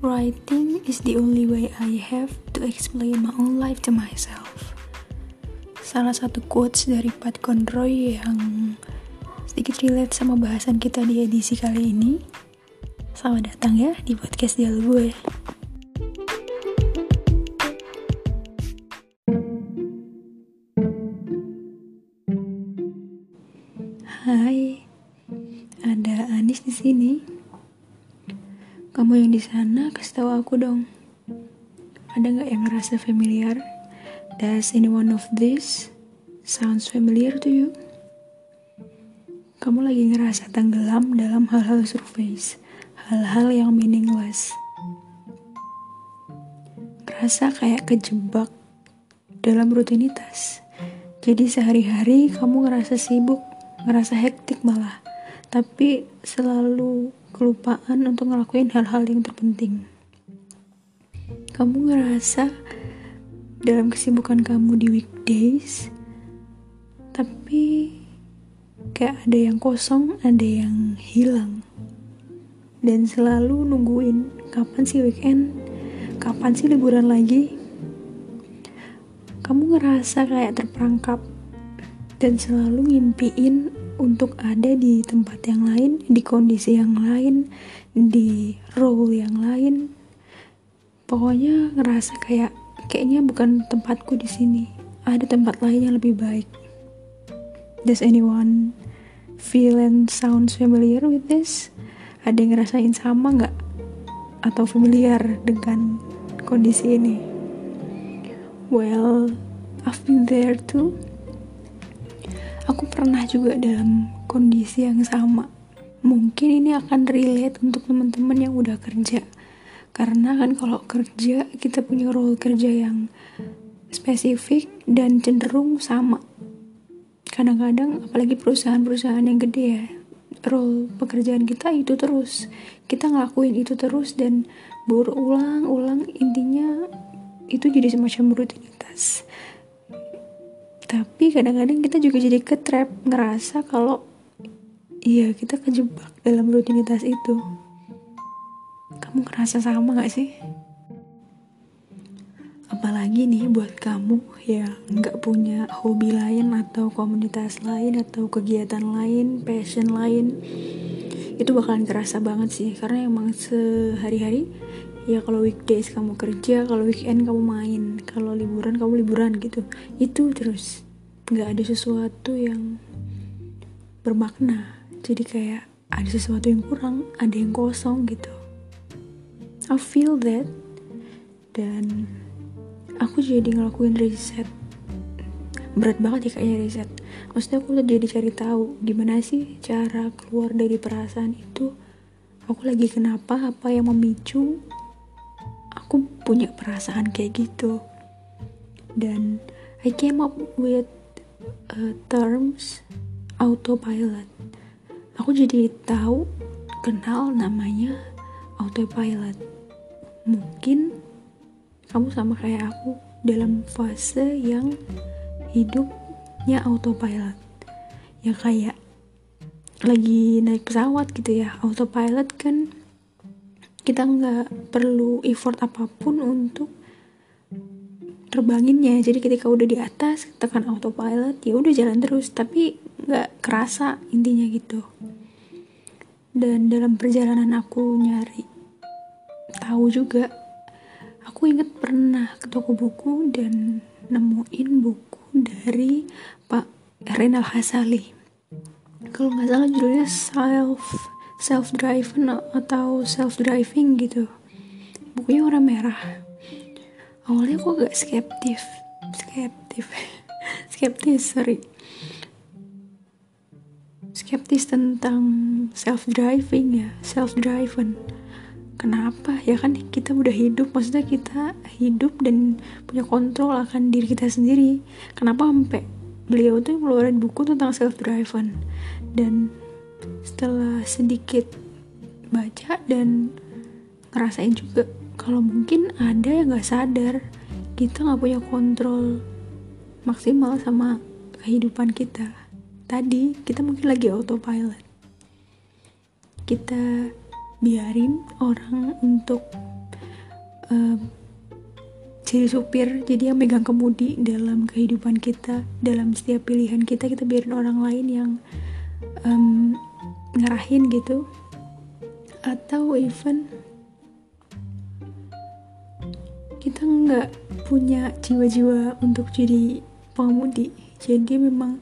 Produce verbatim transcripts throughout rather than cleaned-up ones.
Writing is the only way I have to explain my own life to myself. Salah satu quotes dari Pat Conroy yang sedikit relate sama bahasan kita di edisi kali ini. Selamat datang ya di podcast dialog gue. Hai, ada Anis di sini. Kamu yang di sana, kasih tahu aku dong. Ada nggak yang ngerasa familiar? Does any one of this sounds familiar to you? Kamu lagi ngerasa tenggelam dalam hal-hal surface, hal-hal yang meaningless. Ngerasa kayak kejebak dalam rutinitas. Jadi sehari-hari kamu ngerasa sibuk, ngerasa hektik malah, tapi selalu kelupaan untuk ngelakuin hal-hal yang terpenting. Kamu ngerasa dalam kesibukan kamu di weekdays, tapi kayak ada yang kosong, ada yang hilang. Dan selalu nungguin kapan sih weekend, kapan sih liburan lagi. Kamu ngerasa kayak terperangkap dan selalu ngimpiin untuk ada di tempat yang lain, di kondisi yang lain, di role yang lain. Pokoknya ngerasa kayak kayaknya bukan tempatku di sini. Ada tempat lain yang lebih baik. Does anyone feel and sounds familiar with this? Ada yang ngerasain sama nggak? Atau familiar dengan kondisi ini? Well, I've been there too. Aku pernah juga dalam kondisi yang sama. Mungkin ini akan relate untuk teman-teman yang udah kerja. Karena kan kalau kerja, kita punya role kerja yang spesifik dan cenderung sama. Kadang-kadang, apalagi perusahaan-perusahaan yang gede ya, role pekerjaan kita itu terus. Kita ngelakuin itu terus dan berulang-ulang, intinya itu jadi semacam rutinitas. Tapi kadang-kadang kita juga jadi ke-trap, ngerasa kalau iya kita kejebak dalam rutinitas itu. Kamu ngerasa sama gak sih? Apalagi nih buat kamu yang gak punya hobi lain atau komunitas lain atau kegiatan lain, passion lain, itu bakalan kerasa banget sih. Karena emang sehari-hari ya, kalau weekdays kamu kerja, kalau weekend kamu main, kalau liburan kamu liburan gitu. Itu terus, gak ada sesuatu yang bermakna. Jadi kayak ada sesuatu yang kurang, ada yang kosong gitu. I feel that. Dan aku jadi ngelakuin riset. Berat banget ya kayaknya riset. Maksudnya aku tuh jadi cari tahu gimana sih cara keluar dari perasaan itu. Aku lagi kenapa, apa yang memicu aku punya perasaan kayak gitu. Dan I came up with uh, terms autopilot. Aku jadi tahu, kenal namanya autopilot. Mungkin kamu sama kayak aku dalam fase yang hidupnya autopilot. Ya kayak lagi naik pesawat gitu ya. Autopilot kan kita nggak perlu effort apapun untuk terbanginnya. Jadi ketika udah di atas tekan autopilot, ya udah jalan terus, tapi nggak kerasa intinya gitu. Dan dalam perjalanan aku nyari tahu juga, aku inget pernah ke toko buku dan nemuin buku dari Pak Renal Hasali. Kalau nggak salah judulnya self self driven atau self driving gitu. Bukunya warna merah. Awalnya aku agak skeptif, skeptif, skeptis, sorry, skeptis tentang self driving ya, self driven. Kenapa? Ya kan kita udah hidup, maksudnya kita hidup dan punya kontrol akan diri kita sendiri. Kenapa sampai beliau tuh ngeluarin buku tentang self driven? Dan setelah sedikit baca dan ngerasain juga kalau mungkin ada yang gak sadar kita gak punya kontrol maksimal sama kehidupan kita. Tadi kita mungkin lagi autopilot, kita biarin orang untuk uh, jadi supir, jadi yang megang kemudi dalam kehidupan kita, dalam setiap pilihan kita. Kita biarin orang lain yang um, ngarahin gitu. Atau even kita nggak punya jiwa-jiwa untuk jadi pengemudi, jadi memang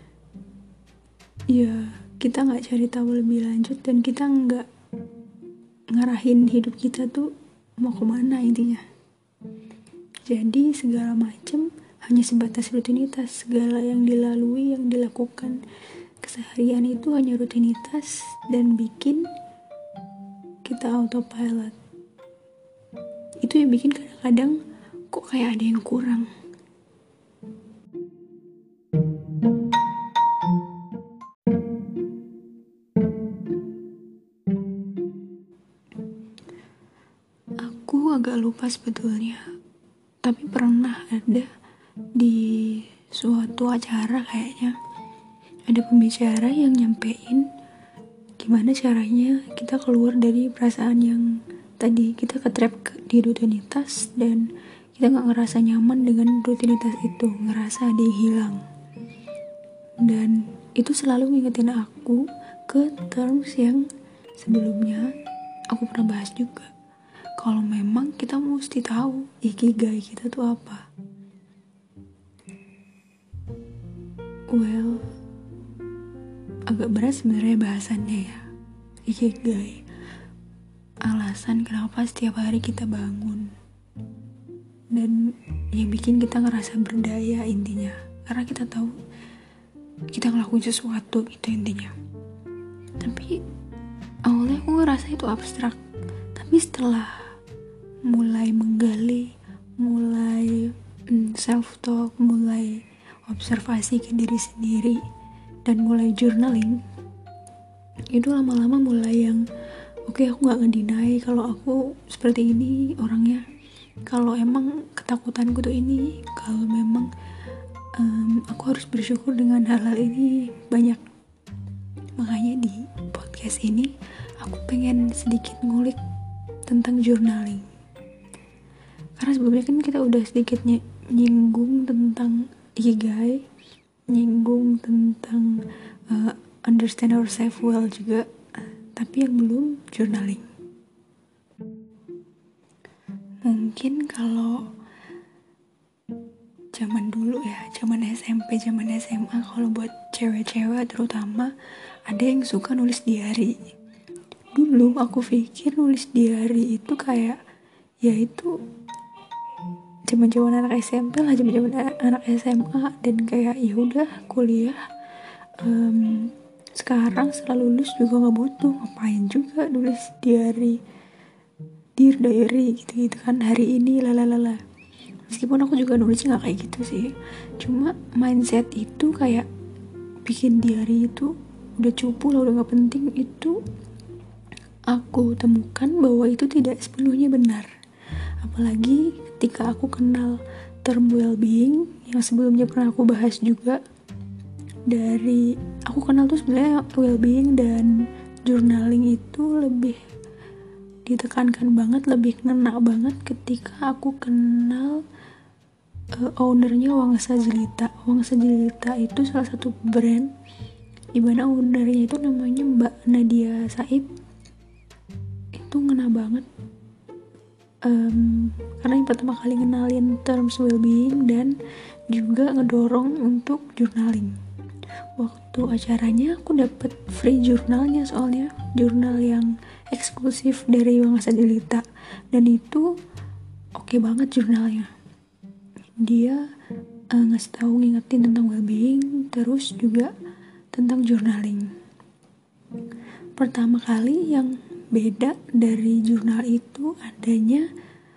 ya kita nggak cari tahu lebih lanjut, dan kita nggak ngarahin hidup kita tuh mau kemana intinya. Jadi segala macam hanya sebatas rutinitas. Segala yang dilalui, yang dilakukan keseharian itu hanya rutinitas dan bikin kita autopilot. Itu yang bikin kadang-kadang kok kayak ada yang kurang. Aku agak lupa sebetulnya, tapi pernah ada di suatu acara kayaknya ada pembicara yang nyampein gimana caranya kita keluar dari perasaan yang tadi kita ketrap di rutinitas dan kita gak ngerasa nyaman dengan rutinitas itu, ngerasa ada yang hilang. Dan itu selalu ngingetin aku ke terms yang sebelumnya aku pernah bahas juga, kalau memang kita mesti tahu ikigai kita tuh apa. Well, agak berat sebenarnya bahasannya ya. Ikigai, alasan kenapa setiap hari kita bangun dan yang bikin kita ngerasa berdaya intinya, karena kita tahu kita ngelakuin sesuatu gitu intinya. Tapi awalnya aku ngerasa itu abstrak, tapi setelah mulai menggali, mulai mm, self talk, mulai observasi ke diri sendiri, dan mulai journaling, itu lama-lama mulai yang oke, okay, aku gak ngedinai kalau aku seperti ini orangnya, kalau emang ketakutanku tuh ini, kalau memang um, aku harus bersyukur dengan hal-hal ini banyak. Makanya di podcast ini aku pengen sedikit ngulik tentang journaling, karena sebelumnya kan kita udah sedikit ny- nyinggung tentang ikigai, nyinggung tentang uh, understand ourselves well juga, tapi yang belum journaling. Mungkin kalau zaman dulu ya, zaman S M P, zaman S M A, kalau buat cewek-cewek terutama ada yang suka nulis diary. Dulu aku pikir nulis diary itu kayak ya itu zaman-zaman anak S M P lah, zaman-zaman anak S M A, dan kayak ya udah kuliah um, sekarang setelah lulus juga nggak butuh, ngapain juga nulis diary, dear diary gitu-gitu kan, hari ini lalalala. Meskipun aku juga nulisnya nggak kayak gitu sih, cuma mindset itu kayak bikin diary itu udah cupu lah, udah nggak penting. Itu aku temukan bahwa itu tidak sepenuhnya benar. Apalagi ketika aku kenal term well-being yang sebelumnya pernah aku bahas juga. Dari aku kenal tuh sebenarnya well-being dan journaling itu lebih ditekankan banget, lebih ngena banget ketika aku kenal uh, ownernya Wangsa Jelita. Wangsa Jelita itu salah satu brand dimana ownernya itu namanya Mbak Nadia Saib. Itu ngena banget. Um, karena yang pertama kali ngenalin terms well-being dan juga ngedorong untuk journaling. Waktu acaranya aku dapet free jurnalnya, soalnya jurnal yang eksklusif dari Wangsa Jelita, dan itu oke okay banget jurnalnya. Dia uh, ngasih tahu, ngingetin tentang well-being, terus juga tentang journaling. Pertama kali yang beda dari jurnal itu adanya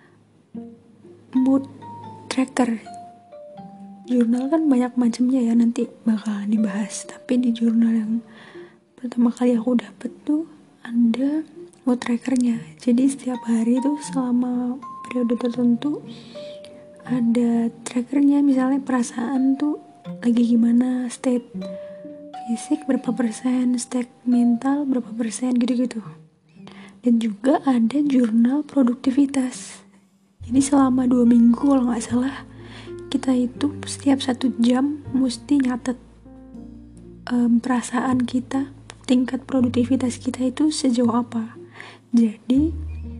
mood tracker. Jurnal kan banyak macamnya ya, nanti bakalan dibahas. Tapi di jurnal yang pertama kali aku dapet tuh ada mood trackernya. Jadi setiap hari tuh selama periode tertentu ada trackernya. Misalnya perasaan tuh lagi gimana, state fisik berapa persen, state mental berapa persen, gitu-gitu. Dan juga ada jurnal produktivitas. Jadi selama dua minggu kalau nggak salah, kita itu setiap satu jam mesti nyatet um, perasaan kita, tingkat produktivitas kita itu sejauh apa. Jadi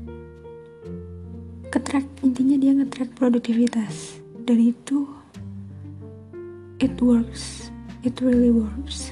ketrack, intinya dia ngetrack produktivitas, dan itu it works, it really works.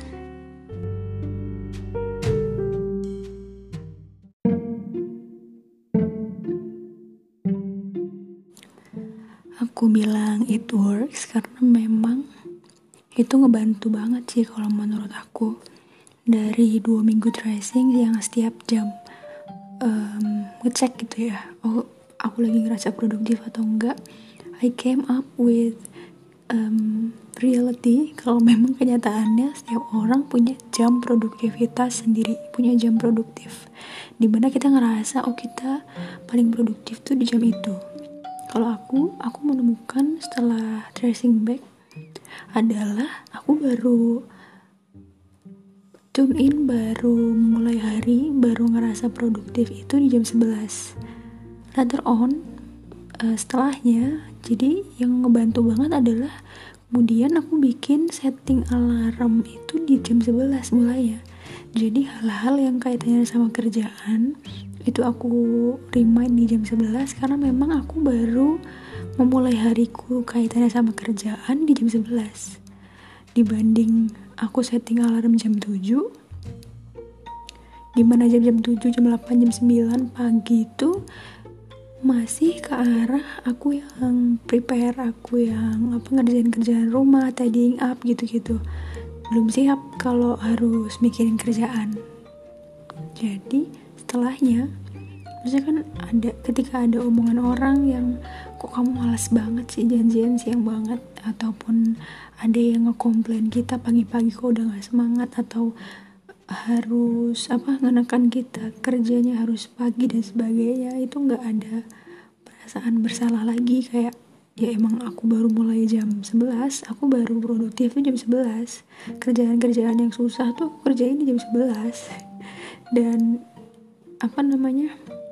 Aku bilang it works karena memang itu ngebantu banget sih kalau menurut aku. Dari dua minggu tracing yang setiap jam um, ngecek gitu ya, oh aku lagi ngerasa produktif atau enggak, I came up with um, reality kalau memang kenyataannya setiap orang punya jam produktivitas sendiri, punya jam produktif dimana kita ngerasa oh kita paling produktif tuh di jam itu. Kalau aku, aku menemukan setelah tracing back adalah aku baru tune in, baru mulai hari, baru ngerasa produktif itu di jam sebelas. Later on, uh, setelahnya, jadi yang ngebantu banget adalah kemudian aku bikin setting alarm itu di jam sebelas mulainya. Jadi hal-hal yang kaitannya sama kerjaan itu aku remind di jam sebelas karena memang aku baru memulai hariku kaitannya sama kerjaan di jam sebelas. Dibanding aku setting alarm jam tujuh, dimana jam-jam tujuh, jam delapan, jam sembilan pagi itu masih ke arah aku yang prepare, aku yang apa ngerjain kerjaan rumah, tidying up gitu-gitu. Belum siap kalau harus mikirin kerjaan. Jadi setelahnya, maksudnya kan ada ketika ada omongan orang yang kok kamu malas banget sih janjian siang banget, ataupun ada yang ngekomplain kita pagi-pagi kok udah gak semangat, atau harus apa ngenekan kita kerjanya harus pagi dan sebagainya, itu gak ada perasaan bersalah lagi. Kayak ya emang aku baru mulai jam sebelas, aku baru produktif tuh jam sebelas, kerjaan-kerjaan yang susah tuh aku kerjain di jam sebelas. Dan apa namanya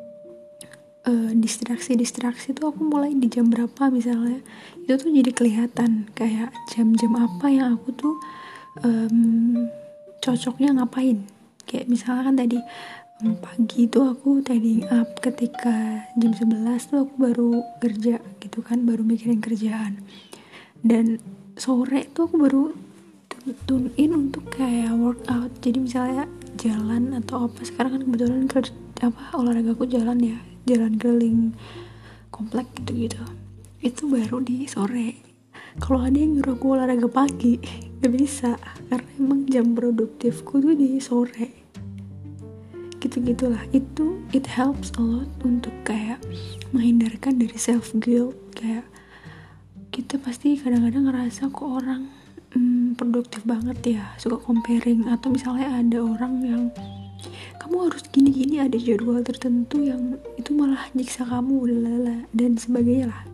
uh, distraksi-distraksi tuh aku mulai di jam berapa misalnya, itu tuh jadi kelihatan kayak jam-jam apa yang aku tuh um, cocoknya ngapain. Kayak misalnya kan tadi um, pagi itu aku tidying up, ketika jam sebelas tuh aku baru kerja gitu kan, baru mikirin kerjaan, dan sore tuh aku baru tune in untuk kayak workout. Jadi misalnya jalan atau apa, sekarang kan kebetulan kerja, apa olahraga aku jalan ya, jalan keliling komplek gitu-gitu, itu baru di sore. Kalau ada yang nyuruh aku olahraga pagi gak bisa, karena emang jam produktifku tuh di sore gitu-gitulah. Itu it helps a lot untuk kayak menghindarkan dari self guilt. Kayak kita pasti kadang-kadang ngerasa kok orang hmm, produktif banget ya, suka comparing, atau misalnya ada orang yang kamu harus gini-gini, ada jadwal tertentu yang itu malah nyiksa kamu lalala, dan sebagainya lah.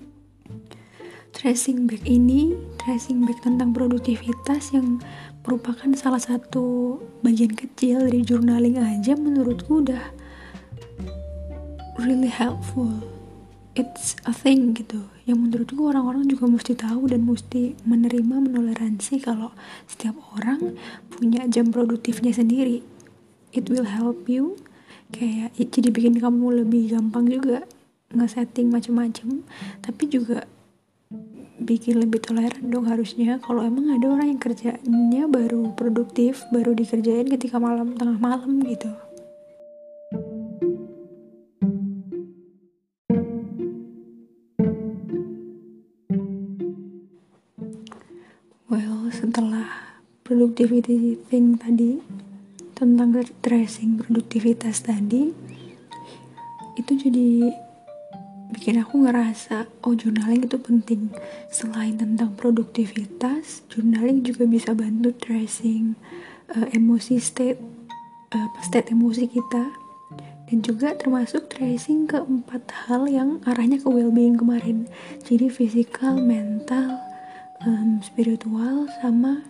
Tracing back ini, tracing back tentang produktivitas yang merupakan salah satu bagian kecil dari journaling aja, menurutku udah really helpful. It's a thing gitu, yang menurutku orang-orang juga mesti tahu dan mesti menerima, menoleransi kalau setiap orang punya jam produktifnya sendiri. It will help you, kayak jadi bikin kamu lebih gampang juga nge-setting macam-macam, tapi juga bikin lebih toleran dong harusnya kalau emang ada orang yang kerjanya baru produktif, baru dikerjain ketika malam, tengah malam gitu. Well, setelah productivity thing tadi, tentang tracing produktivitas tadi, itu jadi bikin aku ngerasa oh journaling itu penting. Selain tentang produktivitas, journaling juga bisa bantu tracing uh, emosi state uh, state emosi kita, dan juga termasuk tracing keempat hal yang arahnya ke well-being kemarin. Jadi physical, mental, um, spiritual, sama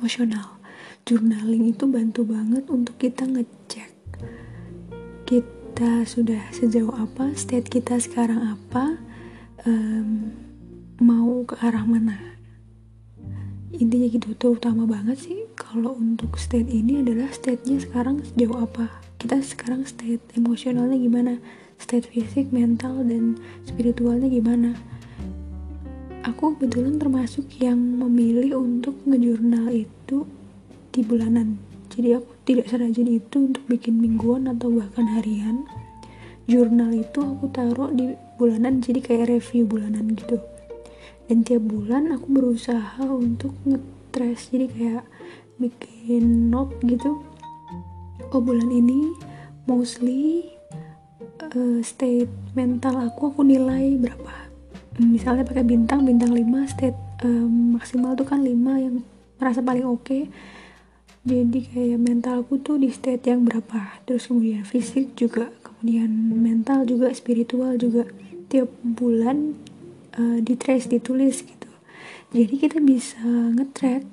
emosional. Journaling itu bantu banget untuk kita ngecek kita kita sudah sejauh apa, state kita sekarang apa, um, mau ke arah mana. Intinya gitu, terutama banget sih kalau untuk state ini adalah state-nya sekarang sejauh apa. Kita sekarang state emosionalnya gimana, state fisik, mental, dan spiritualnya gimana. Aku kebetulan termasuk yang memilih untuk ngejurnal itu di bulanan. Jadi aku tidak serajin itu untuk bikin mingguan atau bahkan harian. Jurnal itu aku taruh di bulanan, jadi kayak review bulanan gitu. Dan tiap bulan aku berusaha untuk nge-trace, jadi kayak bikin note gitu. Oh, bulan ini mostly uh, state mental aku aku nilai berapa. Misalnya pakai bintang, bintang lima, state um, maksimal tuh kan lima yang merasa paling oke. Okay. Jadi kayak mentalku tuh di state yang berapa. Terus kemudian fisik juga, kemudian mental juga, spiritual juga. Tiap bulan uh, di trace, ditulis gitu. Jadi kita bisa nge-track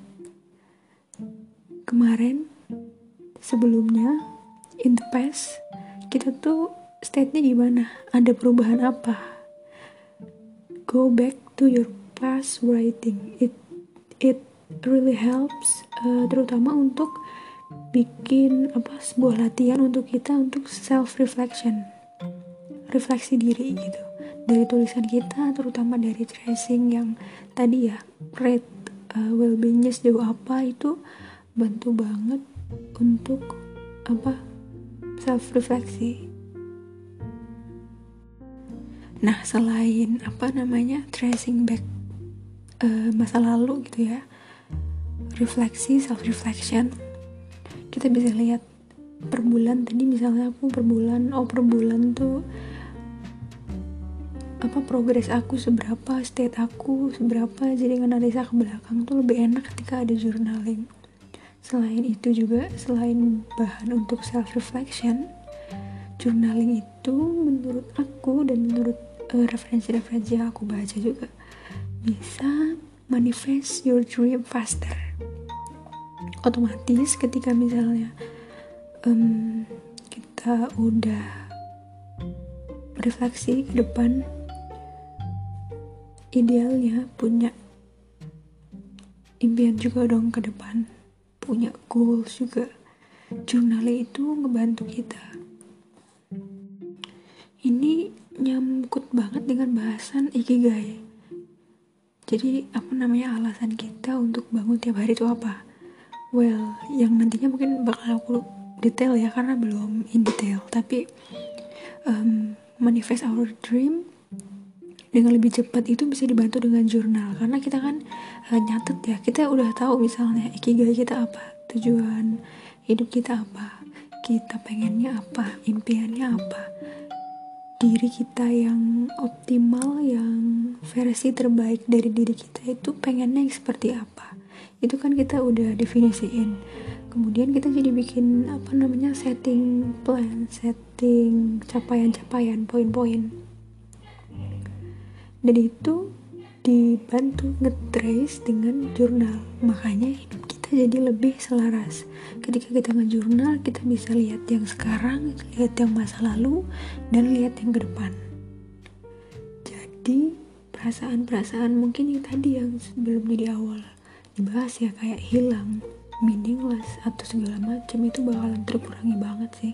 kemarin, sebelumnya, in the past, kita tuh state-nya gimana, ada perubahan apa. Go back to your past writing. It it really helps, uh, terutama untuk bikin apa sebuah latihan untuk kita untuk self reflection, refleksi diri gitu, dari tulisan kita, terutama dari tracing yang tadi ya, rate uh, well-beingnya sejauh apa, itu bantu banget untuk apa self refleksi. Nah, selain apa namanya tracing back uh, masa lalu gitu ya, refleksi, self reflection, kita bisa lihat per bulan. Tadi misalnya aku per bulan, oh per bulan tuh apa progres aku seberapa, state aku seberapa. Jadi nganalisa ke belakang tuh lebih enak ketika ada journaling. Selain itu juga, selain bahan untuk self reflection, journaling itu menurut aku dan menurut uh, referensi-referensi yang aku baca juga bisa manifest your dream faster. Otomatis ketika misalnya um, kita udah refleksi ke depan, idealnya punya impian juga dong ke depan, punya goals juga. Journaling itu ngebantu kita. Ini nyangkut banget dengan bahasan ikigai. Jadi apa namanya alasan kita untuk bangun tiap hari itu apa? Well, yang nantinya mungkin bakal aku detail ya, karena belum in detail. Tapi um, manifest our dream dengan lebih cepat itu bisa dibantu dengan jurnal. Karena kita kan uh, nyatet ya, kita udah tahu misalnya ikigai kita apa, tujuan hidup kita apa, kita pengennya apa, impiannya apa, diri kita yang optimal, yang versi terbaik dari diri kita itu pengennya yang seperti apa. Itu kan kita udah definisiin. Kemudian kita jadi bikin apa namanya setting plan, setting capaian-capaian, poin-poin. Dan itu dibantu nge-trace dengan jurnal. Makanya hidup kita jadi lebih selaras. Ketika kita nge-jurnal, kita bisa lihat yang sekarang, lihat yang masa lalu, dan lihat yang ke depan. Jadi perasaan-perasaan mungkin yang tadi yang sebelumnya di awal dibahas ya, kayak hilang, meaningless atau segala macam, itu bakalan terkurangi banget sih.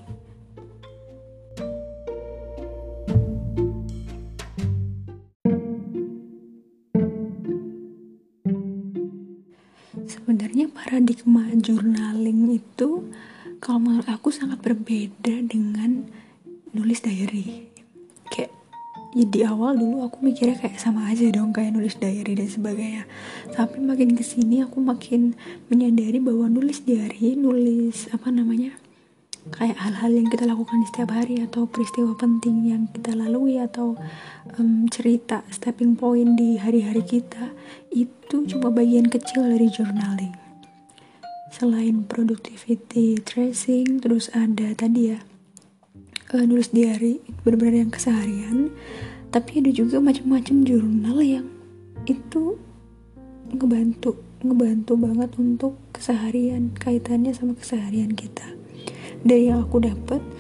Sebenarnya paradigma journaling itu kalau menurut aku sangat berbeda dengan nulis diary. Kayak ya di awal dulu aku mikirnya kayak sama aja dong kayak nulis diary dan sebagainya. Tapi makin kesini aku makin menyadari bahwa nulis diary, nulis apa namanya, kayak hal-hal yang kita lakukan di setiap hari atau peristiwa penting yang kita lalui atau um, cerita stepping point di hari-hari kita, itu cuma bagian kecil dari journaling. Selain productivity tracing, terus ada tadi ya uh, nulis diary, benar-benar yang keseharian. Tapi ada juga macam-macam jurnal yang itu ngebantu ngebantu banget untuk keseharian, kaitannya sama keseharian kita. Dari yang aku dapat,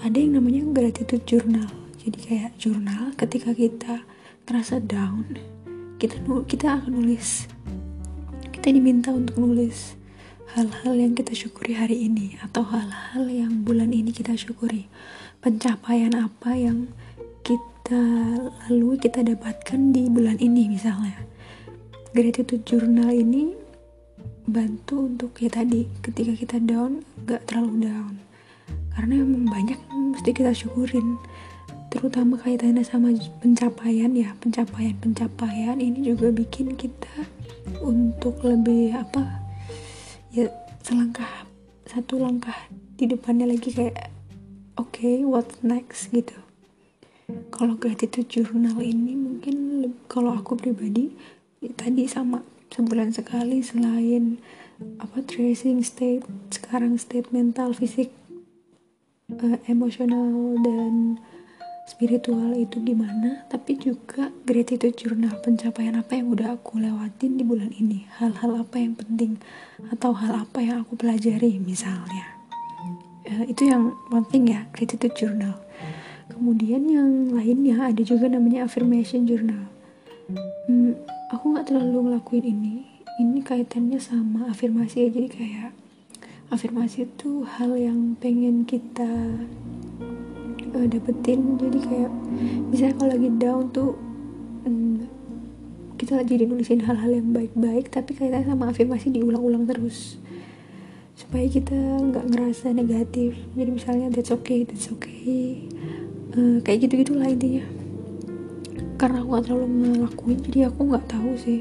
ada yang namanya gratitude journal. Jadi kayak jurnal ketika kita terasa down, kita kita akan nulis, kita diminta untuk nulis hal-hal yang kita syukuri hari ini, atau hal-hal yang bulan ini kita syukuri, pencapaian apa yang kita lalui, kita dapatkan di bulan ini. Misalnya gratitude journal ini bantu untuk ya tadi, ketika kita down gak terlalu down, karena emang banyak yang mesti kita syukurin, terutama kaitannya sama pencapaian ya. Pencapaian-pencapaian ini juga bikin kita untuk lebih apa ya, selangkah satu langkah di depannya lagi, kayak oke, okay, what's next gitu. Kalau gratitude journal ini mungkin le- kalau aku pribadi ya tadi sama sebulan sekali, selain apa tracing state, sekarang state mental, fisik, uh, emosional dan spiritual itu gimana, tapi juga gratitude journal, pencapaian apa yang udah aku lewatin di bulan ini, hal-hal apa yang penting atau hal apa yang aku pelajari misalnya. Uh, itu yang penting ya, gratitude journal. Kemudian yang lainnya ada juga namanya affirmation journal. hmm, aku gak terlalu ngelakuin ini ini kaitannya sama afirmasi ya. Jadi kayak afirmasi itu hal yang pengen kita uh, dapetin. Jadi kayak misalnya kalau lagi down tuh hmm, kita jadi nulisin hal-hal yang baik-baik, tapi kaitannya sama afirmasi diulang-ulang terus supaya kita nggak ngerasa negatif. Jadi misalnya that's okay, that's okay, uh, kayak gitu-gitulah intinya. Karena aku gak terlalu ngelakuin, jadi aku nggak tahu sih.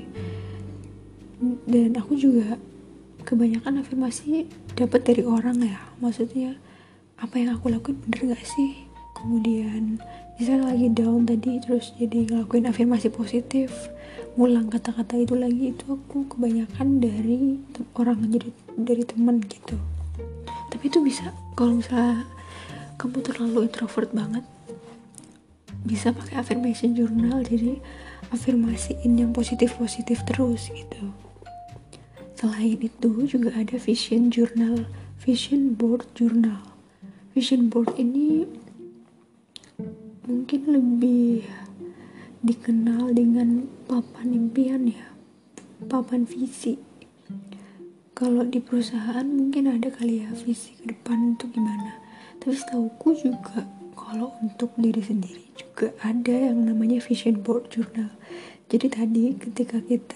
Dan aku juga kebanyakan afirmasi dapat dari orang ya, maksudnya apa yang aku lakuin bener gak sih. Kemudian misalnya lagi down tadi, terus jadi ngelakuin afirmasi positif, ngulang kata-kata itu lagi, itu aku kebanyakan dari orang, jadi dari teman gitu. Tapi itu bisa, kalau misalnya kamu terlalu introvert banget, bisa pakai affirmation journal, jadi afirmasiin yang positif-positif terus gitu. Selain itu juga ada vision journal, vision board journal. Vision board ini mungkin lebih dikenal dengan papan impian ya, papan visi. Kalau di perusahaan mungkin ada kali ya visi ke depan itu gimana. Tapi setauku juga kalau untuk diri sendiri juga ada yang namanya vision board journal. Jadi tadi ketika kita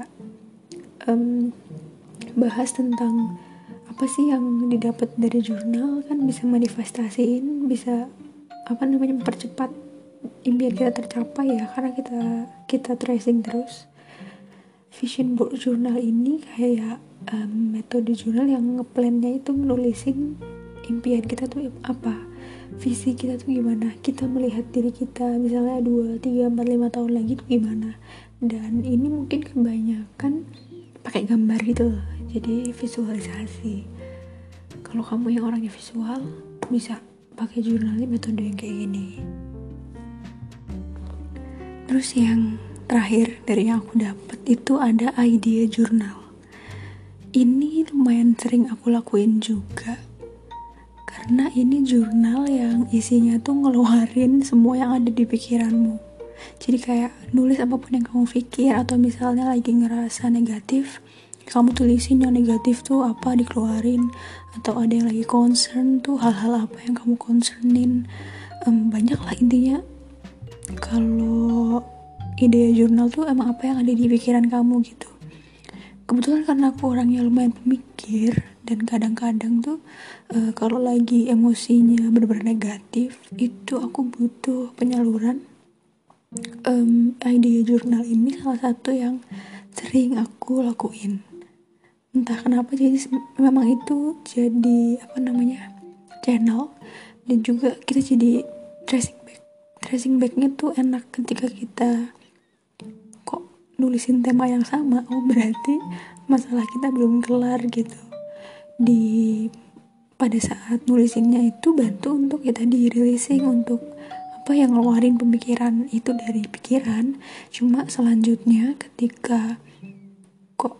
um, bahas tentang apa sih yang didapat dari jurnal, kan bisa manifestasiin, bisa apa namanya mempercepat impian kita tercapai ya, karena kita kita tracing terus. Vision board journal ini kayak um, metode jurnal yang ngeplannya itu menulisin impian kita tuh apa, visi kita tuh gimana, kita melihat diri kita misalnya dua, tiga, empat, lima tahun lagi tuh gimana. Dan ini mungkin kebanyakan pakai gambar gitu, jadi visualisasi. Kalau kamu yang orangnya visual, bisa pakai jurnalnya metode yang kayak gini. Terus yang terakhir dari yang aku dapat itu ada idea journal. Ini lumayan sering aku lakuin juga, karena ini jurnal yang isinya tuh ngeluarin semua yang ada di pikiranmu. Jadi kayak nulis apapun yang kamu pikir, atau misalnya lagi ngerasa negatif, kamu tulisin yang negatif tuh apa, dikeluarin. Atau ada yang lagi concern tuh, hal-hal apa yang kamu concernin. um, Banyak lah intinya. Kalau ide jurnal tuh emang apa yang ada di pikiran kamu gitu. Kebetulan karena aku orangnya lumayan pemikir, dan kadang-kadang tuh uh, kalau lagi emosinya benar-benar negatif, itu aku butuh penyaluran. um, Idea jurnal ini salah satu yang sering aku lakuin. Entah kenapa, jadi memang itu jadi apa namanya channel, dan juga kita jadi tracing back. Tracing backnya tuh enak ketika kita kok nulisin tema yang sama, oh berarti masalah kita belum kelar gitu. Di pada saat nulisinnya itu bantu untuk kita di releasing, untuk apa yang ngeluarin pemikiran itu dari pikiran. Cuma selanjutnya ketika kok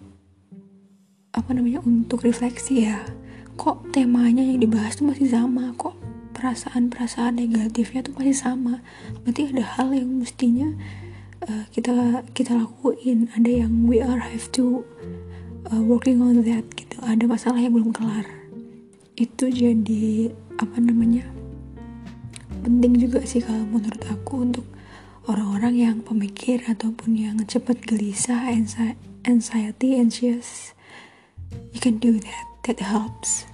apa namanya untuk refleksi ya, kok temanya yang dibahas tuh masih sama, kok perasaan-perasaan negatifnya tuh pasti sama. Berarti ada hal yang mestinya uh, kita kita lakuin, ada yang we are have to uh, working on that gitu. Ada masalah yang belum kelar. Itu jadi apa namanya? penting juga sih kalau menurut aku untuk orang-orang yang pemikir ataupun yang cepat gelisah, anxiety, anxious. You can do that. That helps.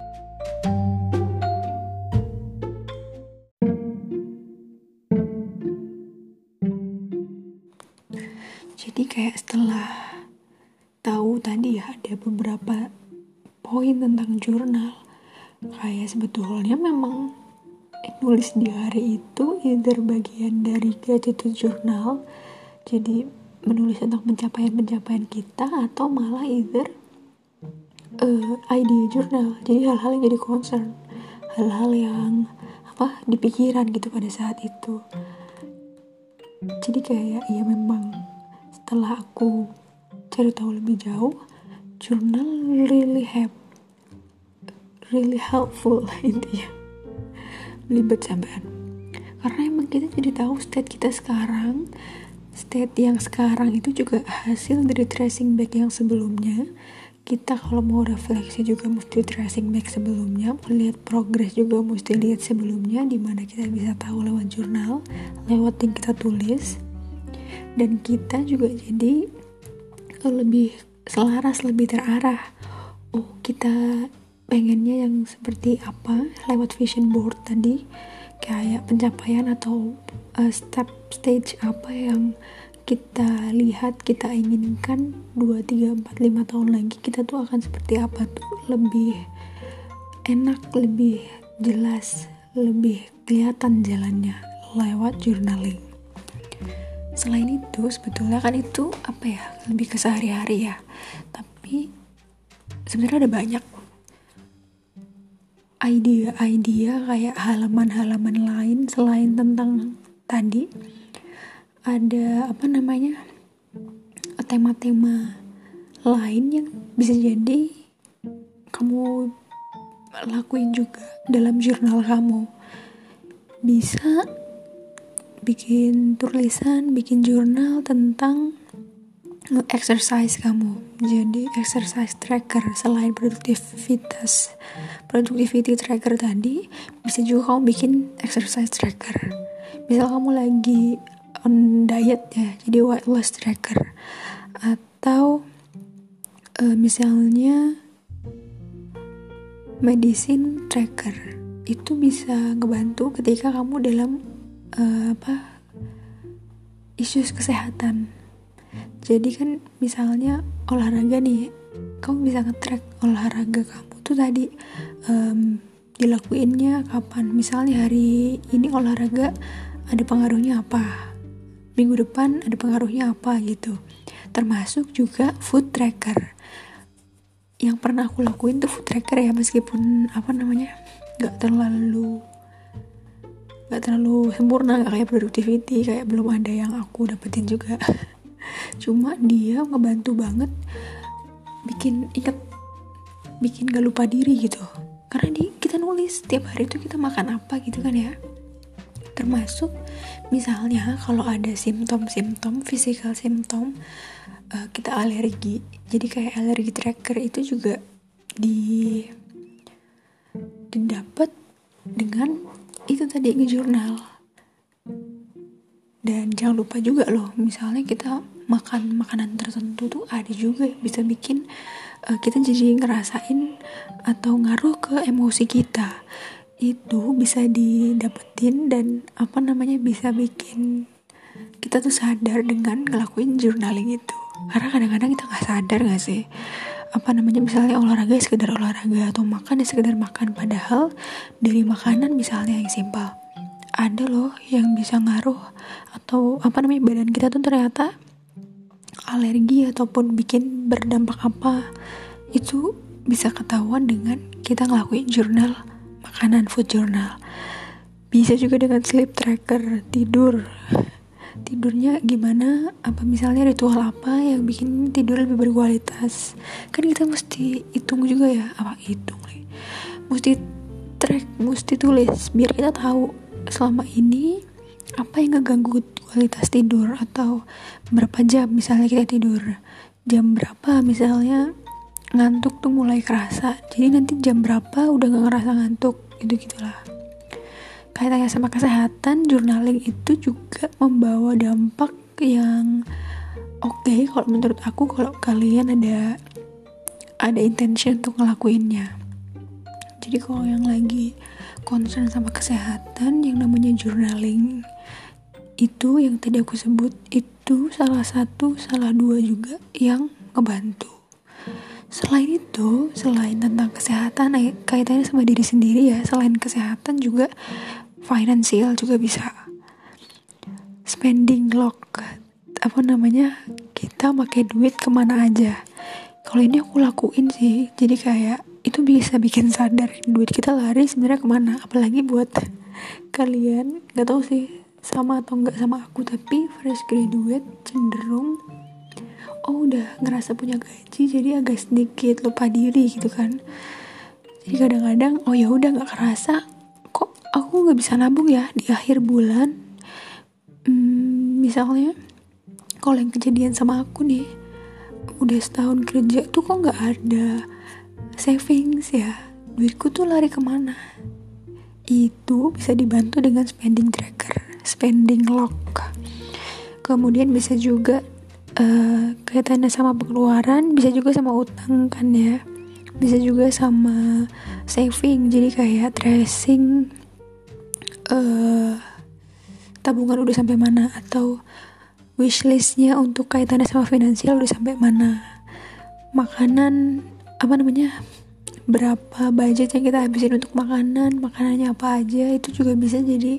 Jadi kayak setelah tahu tadi ya ada beberapa poin tentang jurnal, kayak sebetulnya memang nulis diary itu either bagian dari gratitude journal, jadi menulis tentang pencapaian-pencapaian kita, atau malah either uh, idea journal, jadi hal-hal yang jadi concern, hal-hal yang apa di pikiran gitu pada saat itu. Jadi kayak ya memang setelah aku cari tahu lebih jauh, jurnal really help really helpful intinya, belibet sampean. Karena emang kita jadi tahu state kita sekarang, state yang sekarang itu juga hasil dari tracing back yang sebelumnya. Kita kalau mau refleksi juga mesti tracing back sebelumnya, melihat progress juga mesti lihat sebelumnya, dimana kita bisa tahu lewat jurnal, lewat yang kita tulis. Dan kita juga jadi lebih selaras, lebih terarah. Oh, kita pengennya yang seperti apa lewat vision board tadi, kayak pencapaian atau uh, step stage apa yang kita lihat, kita inginkan dua, tiga, empat, lima tahun lagi kita tuh akan seperti apa tuh, lebih enak, lebih jelas, lebih kelihatan jalannya lewat journaling. Selain itu sebetulnya kan itu apa ya, lebih ke sehari-hari ya, tapi sebenarnya ada banyak idea-idea kayak halaman-halaman lain selain tentang tadi. Ada apa namanya, tema-tema lain yang bisa jadi kamu lakuin juga dalam jurnal kamu. Bisa bikin tulisan, bikin jurnal tentang exercise kamu. Jadi exercise tracker, selain produktivitas productivity tracker tadi, bisa juga kamu bikin exercise tracker. Misal kamu lagi on diet ya, jadi weight loss tracker. Atau uh, misalnya medicine tracker, itu bisa ngebantu ketika kamu dalam uh, apa isu kesehatan. Jadi kan misalnya olahraga nih, kamu bisa nge-track olahraga kamu tuh tadi um, dilakuinnya kapan. Misalnya hari ini olahraga ada pengaruhnya apa, minggu depan ada pengaruhnya apa gitu. Termasuk juga food tracker. Yang pernah aku lakuin tuh food tracker ya, meskipun apa namanya gak terlalu gak terlalu sempurna, gak kayak productivity, kayak belum ada yang aku dapetin juga. Cuma dia ngebantu banget bikin inget, bikin gak lupa diri gitu. Karena di, kita nulis setiap hari itu kita makan apa gitu kan ya. Termasuk misalnya kalau ada simptom-simptom, physical symptom, uh, kita alergi. Jadi kayak alergi tracker itu juga di didapat dengan itu tadi, ngejurnal. Dan jangan lupa juga loh, misalnya kita makan makanan tertentu tuh ada juga bisa bikin uh, kita jadi ngerasain atau ngaruh ke emosi kita. Itu bisa didapetin dan apa namanya bisa bikin kita tuh sadar dengan ngelakuin journaling itu. Karena kadang-kadang kita nggak sadar nggak sih, apa namanya misalnya olahraga ya sekedar olahraga, atau makan ya sekedar makan, padahal dari makanan misalnya yang simpel ada loh yang bisa ngaruh, atau apa namanya badan kita tuh ternyata alergi ataupun bikin berdampak apa, itu bisa ketahuan dengan kita ngelakuin jurnal makanan, food journal. Bisa juga dengan sleep tracker, tidur tidurnya gimana, apa misalnya ritual apa yang bikin tidur lebih berkualitas. Kan kita mesti hitung juga ya, apa hitung nih mesti track, mesti tulis biar kita tahu selama ini apa yang ngeganggu kualitas tidur, atau berapa jam misalnya kita tidur, jam berapa misalnya ngantuk tuh mulai kerasa, jadi nanti jam berapa udah gak ngerasa ngantuk, gitu gitulah. Kaitannya sama kesehatan, journaling itu juga membawa dampak yang oke okay, kalau menurut aku, kalau kalian ada ada intention untuk ngelakuinnya. Jadi kalau yang lagi concern sama kesehatan, yang namanya journaling itu yang tadi aku sebut, itu salah satu, salah dua juga yang ngebantu. Selain itu, selain tentang kesehatan, eh, kaitannya sama diri sendiri ya, selain kesehatan juga finansial juga bisa. Spending log, apa namanya, kita pakai duit kemana aja. Kalau ini aku lakuin sih, jadi kayak itu bisa bikin sadar duit kita lari sebenarnya kemana. Apalagi buat kalian, nggak tahu sih sama atau nggak sama aku, tapi fresh graduate cenderung oh udah ngerasa punya gaji, jadi agak sedikit lupa diri gitu kan. Jadi kadang-kadang oh ya udah nggak kerasa, kok aku nggak bisa nabung ya di akhir bulan. Hmm, misalnya kalau yang kejadian sama aku nih, udah setahun kerja tuh kok nggak ada savings ya, duitku tuh lari kemana. Itu bisa dibantu dengan spending tracker, spending log. Kemudian bisa juga Uh, kaitannya sama pengeluaran, bisa juga sama utang kan ya, bisa juga sama saving, jadi kayak tracing uh, tabungan udah sampai mana, atau wishlistnya untuk kaitannya sama finansial udah sampai mana, makanan apa namanya, berapa budget yang kita habisin untuk makanan, makanannya apa aja, itu juga bisa jadi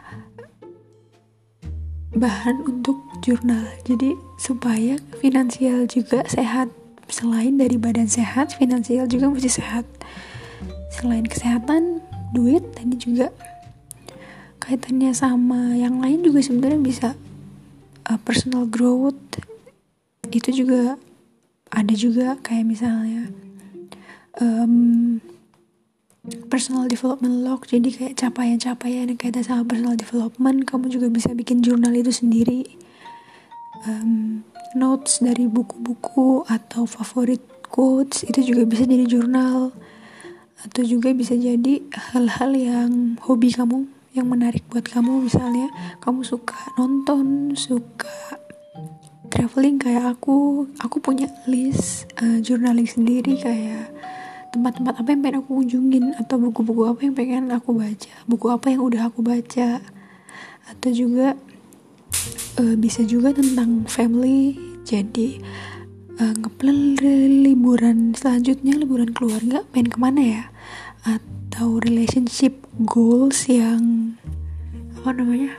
bahan untuk jurnal. Jadi supaya finansial juga sehat, selain dari badan sehat, finansial juga mesti sehat. Selain kesehatan, duit tadi juga kaitannya sama yang lain juga sebenarnya bisa. uh, personal growth itu juga ada juga, kayak misalnya um, personal development log, jadi kayak capaian-capaian yang kaitan sama personal development, kamu juga bisa bikin jurnal itu sendiri. Um, notes dari buku-buku atau favorit quotes itu juga bisa jadi jurnal, atau juga bisa jadi hal-hal yang hobi kamu yang menarik buat kamu. Misalnya kamu suka nonton, suka traveling kayak aku aku punya list uh, journaling sendiri, kayak tempat-tempat apa yang pengen aku kunjungin, atau buku-buku apa yang pengen aku baca, buku apa yang udah aku baca. Atau juga uh, bisa juga tentang family, jadi uh, ngeplan liburan selanjutnya, liburan keluarga pengen kemana ya, atau relationship goals yang apa namanya,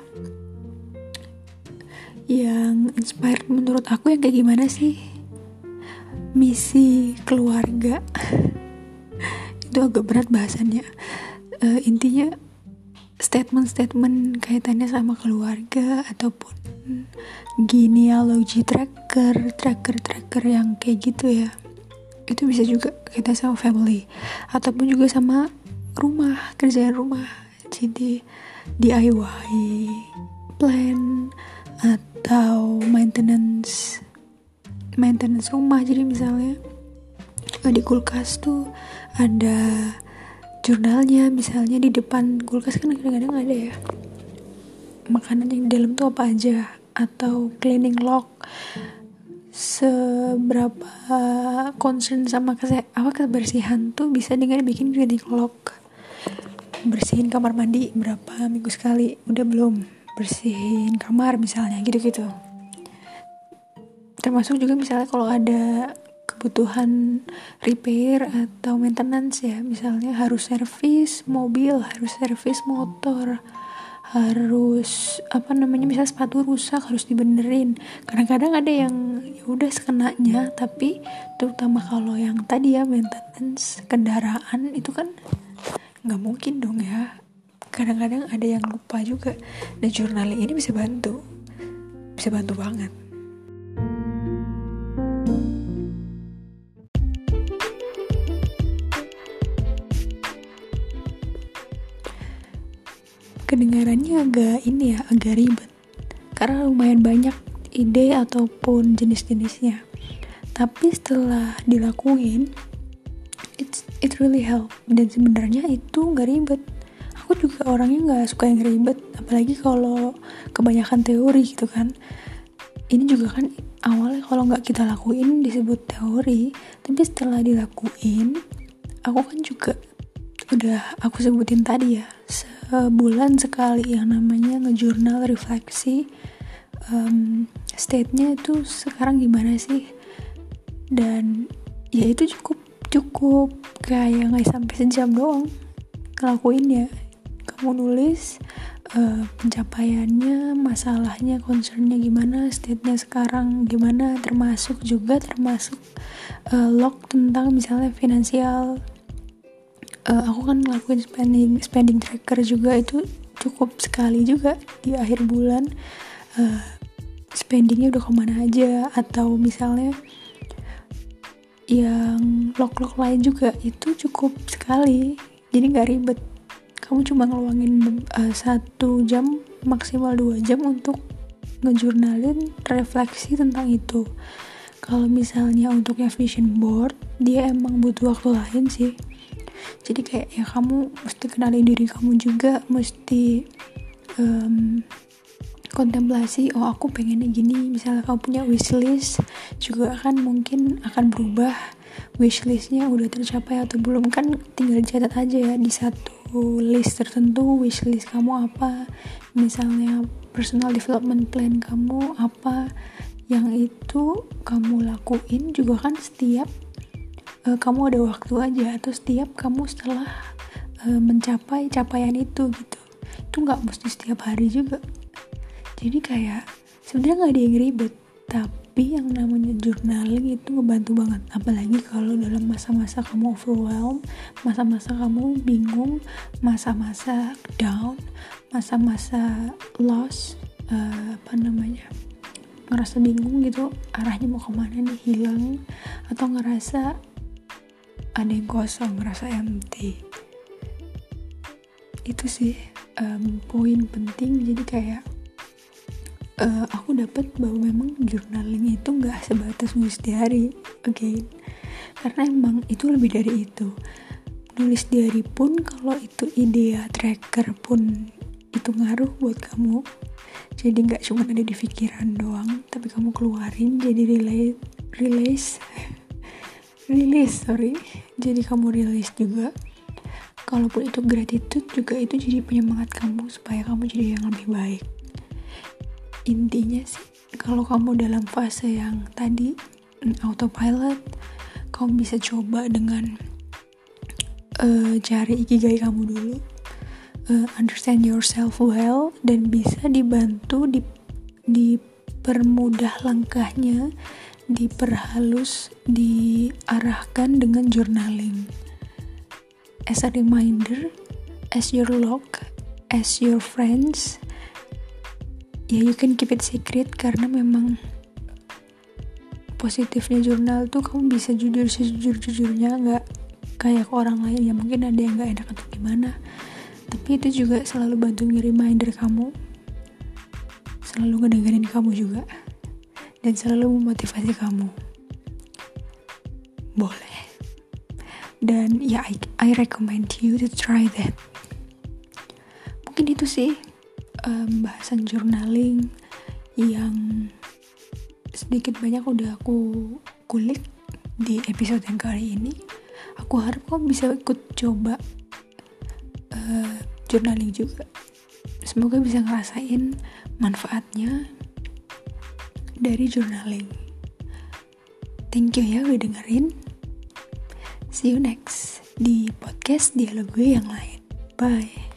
yang inspired menurut aku yang kayak gimana sih, misi keluarga. Itu agak berat bahasannya. Uh, intinya statement-statement kaitannya sama keluarga, ataupun genealogy tracker, tracker-tracker yang kayak gitu ya. Itu bisa juga kaitan sama family, ataupun juga sama rumah, kerjaan rumah. Jadi D I Y plan atau maintenance maintenance rumah. Jadi misalnya di kulkas tuh ada jurnalnya, misalnya di depan kulkas kan kadang-kadang ada ya makanan yang di dalam tuh apa aja, atau cleaning log, seberapa concern sama kese- apa kebersihan tuh bisa dengan bikin cleaning log. Bersihin kamar mandi berapa minggu sekali, udah belum? Bersihin kamar misalnya, gitu-gitu. Termasuk juga misalnya kalau ada kebutuhan repair atau maintenance ya, misalnya harus servis mobil, harus servis motor, harus apa namanya, misalnya sepatu rusak harus dibenerin. Kadang-kadang ada yang ya udah sekenanya, tapi terutama kalau yang tadi ya maintenance kendaraan itu kan nggak mungkin dong ya. Kadang-kadang ada yang lupa juga. Nah, journaling ini bisa bantu, bisa bantu banget. kedengarannya agak ini ya, agak ribet karena lumayan banyak ide ataupun jenis-jenisnya. Tapi setelah dilakuin, it's it really help. Dan sebenarnya itu nggak ribet. Aku juga orangnya nggak suka yang ribet, apalagi kalau kebanyakan teori gitu kan. Ini juga kan awalnya kalau nggak kita lakuin disebut teori, tapi setelah dilakuin, aku kan juga udah aku sebutin tadi ya, sebulan sekali yang namanya ngejurnal refleksi. Um, state-nya itu sekarang gimana sih, dan ya itu cukup cukup kayak nggak sampai sejam doang ngelakuin ya. Kamu nulis uh, pencapaiannya, masalahnya, concernnya gimana, state-nya sekarang gimana, termasuk juga termasuk uh, log tentang misalnya finansial. Uh, aku kan ngelakuin spending spending tracker juga, itu cukup sekali juga di akhir bulan. Uh, spendingnya udah kemana aja, atau misalnya yang log-log lain juga itu cukup sekali, jadi nggak ribet. Kamu cuma ngeluangin uh, satu jam maksimal dua jam untuk ngejurnalin refleksi tentang itu. Kalau misalnya untuk yang vision board, dia emang butuh waktu lain sih. Jadi kayak ya kamu mesti kenalin diri kamu juga, mesti um, kontemplasi, oh aku pengennya gini. Misalnya kamu punya wishlist juga kan mungkin akan berubah, wishlistnya udah tercapai atau belum, kan tinggal catat aja ya di satu list tertentu wishlist kamu apa. Misalnya personal development plan kamu apa, yang itu kamu lakuin juga kan setiap uh, kamu ada waktu aja, atau setiap kamu setelah uh, mencapai capaian itu gitu. Itu nggak mesti setiap hari juga. Jadi kayak sebenarnya nggak ada yang ribet, tapi yang namanya journaling itu ngebantu banget. Apalagi kalau dalam masa-masa kamu overwhelmed, masa-masa kamu bingung, masa-masa down, masa-masa lost, uh, apa namanya, ngerasa bingung gitu, arahnya mau kemana nih, hilang, atau ngerasa ada yang kosong, ngerasa empty. Itu sih um, poin penting. Jadi kayak Uh, aku dapat bahwa memang journaling itu nggak sebatas nulis diary, oke? Okay? Karena emang itu lebih dari itu. Nulis diary pun kalau itu idea tracker pun itu ngaruh buat kamu. Jadi nggak cuma ada di pikiran doang, tapi kamu keluarin jadi relate, release, release sorry. Jadi kamu release juga. Kalaupun itu gratitude juga, itu jadi penyemangat kamu supaya kamu jadi yang lebih baik. Intinya sih, kalau kamu dalam fase yang tadi autopilot, kamu bisa coba dengan uh, cari ikigai kamu dulu, uh, understand yourself well, dan bisa dibantu di dipermudah langkahnya, diperhalus, diarahkan dengan journaling as a reminder, as your log, as your friends. Ya, you can keep it secret, karena memang positifnya jurnal tuh kamu bisa jujur sejujur-jujurnya, gak kayak ke orang lain. Ya mungkin ada yang gak enak atau gimana, tapi itu juga selalu bantu nge-reminder kamu, selalu ngedengerin kamu juga, dan selalu memotivasi kamu. Boleh. Dan ya, I, I recommend you to try that. Mungkin itu sih Um, bahasan journaling yang sedikit banyak udah aku kulik di episode yang kali ini. Aku harap kamu bisa ikut coba uh, journaling juga. Semoga bisa ngerasain manfaatnya dari journaling. Thank you ya udah dengerin. See you next di podcast dialog gue yang lain. Bye.